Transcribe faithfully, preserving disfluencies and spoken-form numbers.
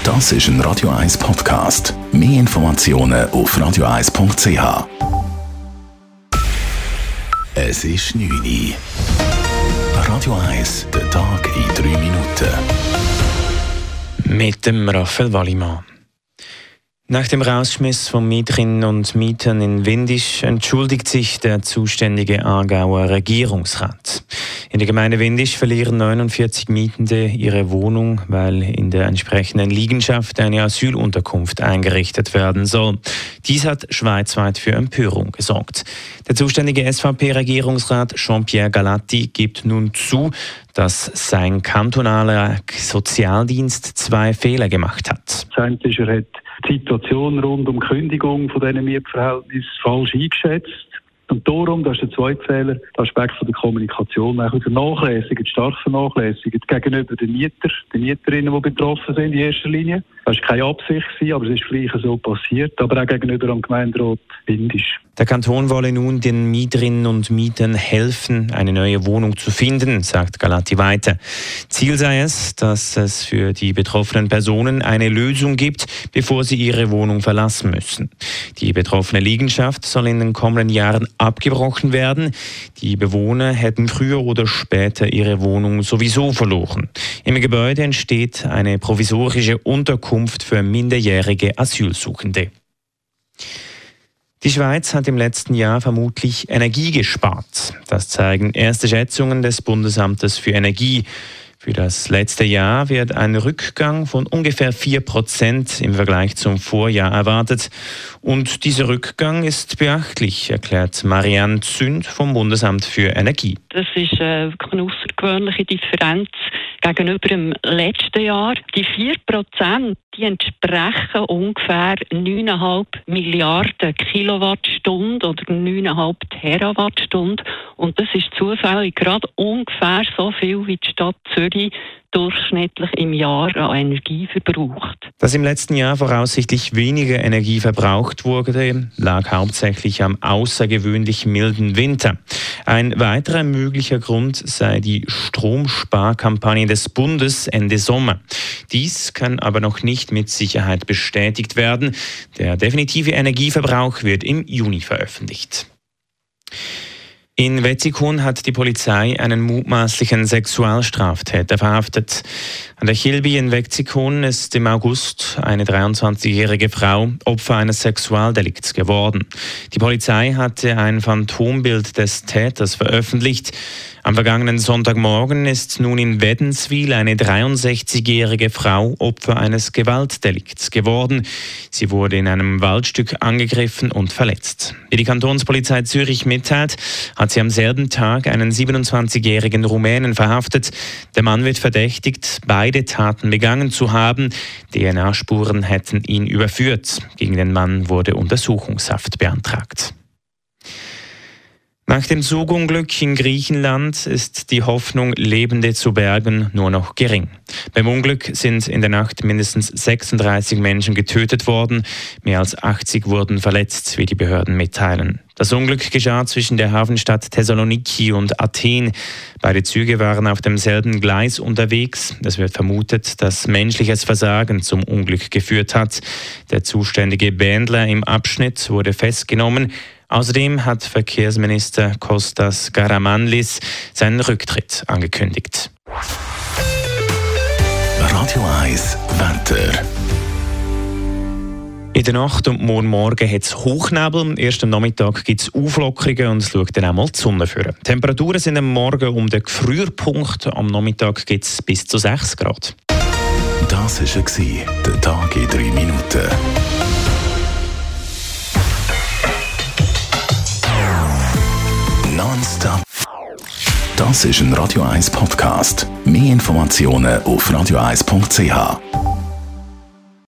Das ist ein Radio eins Podcast. Mehr Informationen auf radio eins punkt c h. Es ist neun Uhr. Radio eins, der Tag in drei Minuten. Mit dem Raphael Wallimann. Nach dem Rausschmiss von Mieterinnen und Mietern in Windisch entschuldigt sich der zuständige Aargauer Regierungsrat. In der Gemeinde Windisch verlieren neunundvierzig Mietende ihre Wohnung, weil in der entsprechenden Liegenschaft eine Asylunterkunft eingerichtet werden soll. Dies hat schweizweit für Empörung gesorgt. Der zuständige S V P-Regierungsrat Jean-Pierre Galatti gibt nun zu, dass sein kantonaler Sozialdienst zwei Fehler gemacht hat. Das eine ist, er hat die Situation rund um die Kündigung von diesen Mietverhältnissen falsch eingeschätzt. Und darum, das ist der zweite Fehler, der Aspekt von der Kommunikation, auch vernachlässigt, stark vernachlässigt gegenüber den Mietern, den Mieterinnen, die betroffen sind in erster Linie. Das war keine Absicht, aber es ist vielleicht so passiert, aber auch gegenüber dem Gemeinderat Windisch. Der Kanton wolle nun den Mieterinnen und Mietern helfen, eine neue Wohnung zu finden, sagt Galatti weiter. Ziel sei es, dass es für die betroffenen Personen eine Lösung gibt, bevor sie ihre Wohnung verlassen müssen. Die betroffene Liegenschaft soll in den kommenden Jahren abgebrochen werden. Die Bewohner hätten früher oder später ihre Wohnung sowieso verloren. Im Gebäude entsteht eine provisorische Unterkunft für minderjährige Asylsuchende. Die Schweiz hat im letzten Jahr vermutlich Energie gespart. Das zeigen erste Schätzungen des Bundesamtes für Energie. Für das letzte Jahr wird ein Rückgang von ungefähr vier Prozent im Vergleich zum Vorjahr erwartet. Und dieser Rückgang ist beachtlich, erklärt Marianne Zünd vom Bundesamt für Energie. Das ist eine außergewöhnliche Differenz gegenüber dem letzten Jahr. Die vier Prozent die entsprechen ungefähr neun Komma fünf Milliarden Kilowattstunden oder neun Komma fünf Terawattstunden. Und das ist zufällig gerade ungefähr so viel, wie die Stadt Zürich durchschnittlich im Jahr an Energie verbraucht. Dass im letzten Jahr voraussichtlich weniger Energie verbraucht wurde, lag hauptsächlich am außergewöhnlich milden Winter. Ein weiterer möglicher Grund sei die Stromsparkampagne des Bundes Ende Sommer. Dies kann aber noch nicht mit Sicherheit bestätigt werden. Der definitive Energieverbrauch wird im Juni veröffentlicht. In Wetzikon hat die Polizei einen mutmaßlichen Sexualstraftäter verhaftet. An der Chilbi in Wetzikon ist im August eine dreiundzwanzigjährige Frau Opfer eines Sexualdelikts geworden. Die Polizei hatte ein Phantombild des Täters veröffentlicht. Am vergangenen Sonntagmorgen ist nun in Wädenswil eine dreiundsechzigjährige Frau Opfer eines Gewaltdelikts geworden. Sie wurde in einem Waldstück angegriffen und verletzt. Wie die Kantonspolizei Zürich mitteilt, hat sie am selben Tag einen siebenundzwanzigjährigen Rumänen verhaftet. Der Mann wird verdächtigt, beide Taten begangen zu haben. D N A-Spuren hätten ihn überführt. Gegen den Mann wurde Untersuchungshaft beantragt. Nach dem Zugunglück in Griechenland ist die Hoffnung, Lebende zu bergen, nur noch gering. Beim Unglück sind in der Nacht mindestens sechsunddreißig Menschen getötet worden, mehr als achtzig wurden verletzt, wie die Behörden mitteilen. Das Unglück geschah zwischen der Hafenstadt Thessaloniki und Athen. Beide Züge waren auf demselben Gleis unterwegs. Es wird vermutet, dass menschliches Versagen zum Unglück geführt hat. Der zuständige Bändler im Abschnitt wurde festgenommen. Außerdem hat Verkehrsminister Kostas Karamanlis seinen Rücktritt angekündigt. Radio eins Wetter. In der Nacht und morgen Morgen hat es Hochnebel. Erst am Nachmittag gibt es Auflockerungen und es schaut dann auch mal die Sonne vor. Die Temperaturen sind am Morgen um den Gefrierpunkt. Am Nachmittag gibt es bis zu sechs Grad. Das war der Tag in drei Minuten. Nonstop. Das ist ein Radio eins Podcast. Mehr Informationen auf radio eins punkt c h.